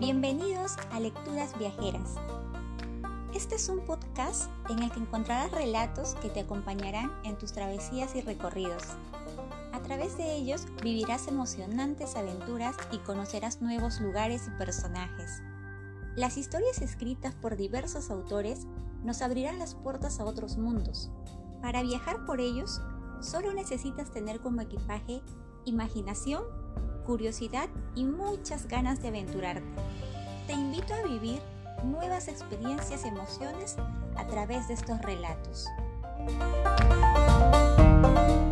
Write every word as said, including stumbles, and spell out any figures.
Bienvenidos a Lecturas Viajeras. Este es un podcast en el que encontrarás relatos que te acompañarán en tus travesías y recorridos. A través de ellos vivirás emocionantes aventuras y conocerás nuevos lugares y personajes. Las historias escritas por diversos autores nos abrirán las puertas a otros mundos. Para viajar por ellos, solo necesitas tener como equipaje imaginación, curiosidad y muchas ganas de aventurarte. Te invito a vivir nuevas experiencias y emociones a través de estos relatos.